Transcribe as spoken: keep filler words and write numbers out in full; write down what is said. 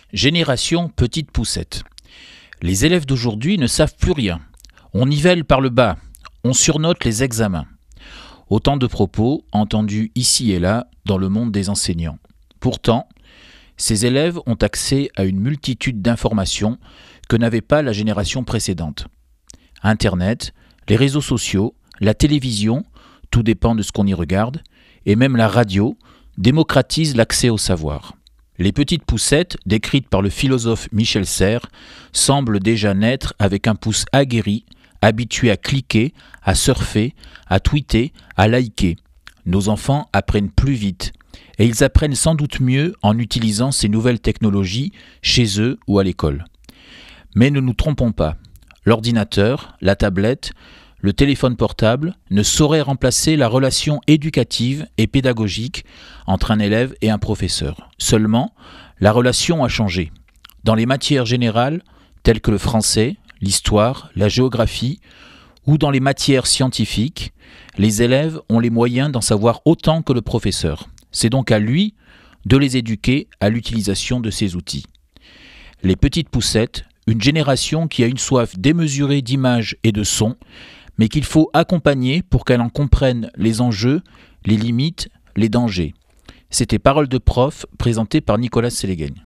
Génération petite poussette. Les élèves d'aujourd'hui ne savent plus rien. On nivelle par le bas, on surnote les examens. Autant de propos entendus ici et là dans le monde des enseignants. Pourtant, ces élèves ont accès à une multitude d'informations que n'avait pas la génération précédente. Internet, les réseaux sociaux, la télévision, tout dépend de ce qu'on y regarde, et même la radio démocratisent l'accès au savoir. Les petites poussettes, décrites par le philosophe Michel Serres, semblent déjà naître avec un pouce aguerri, habitué à cliquer, à surfer, à tweeter, à liker. Nos enfants apprennent plus vite, et ils apprennent sans doute mieux en utilisant ces nouvelles technologies chez eux ou à l'école. Mais ne nous trompons pas, l'ordinateur, la tablette, le téléphone portable ne sauraient remplacer la relation éducative et pédagogique entre un élève et un professeur. Seulement, la relation a changé. Dans les matières générales, telles que le français, l'histoire, la géographie, ou dans les matières scientifiques, les élèves ont les moyens d'en savoir autant que le professeur. C'est donc à lui de les éduquer à l'utilisation de ces outils. Les petites poussettes, une génération qui a une soif démesurée d'images et de sons, mais qu'il faut accompagner pour qu'elle en comprenne les enjeux, les limites, les dangers. C'était Paroles de prof, présenté par Nicolas Sélégagne.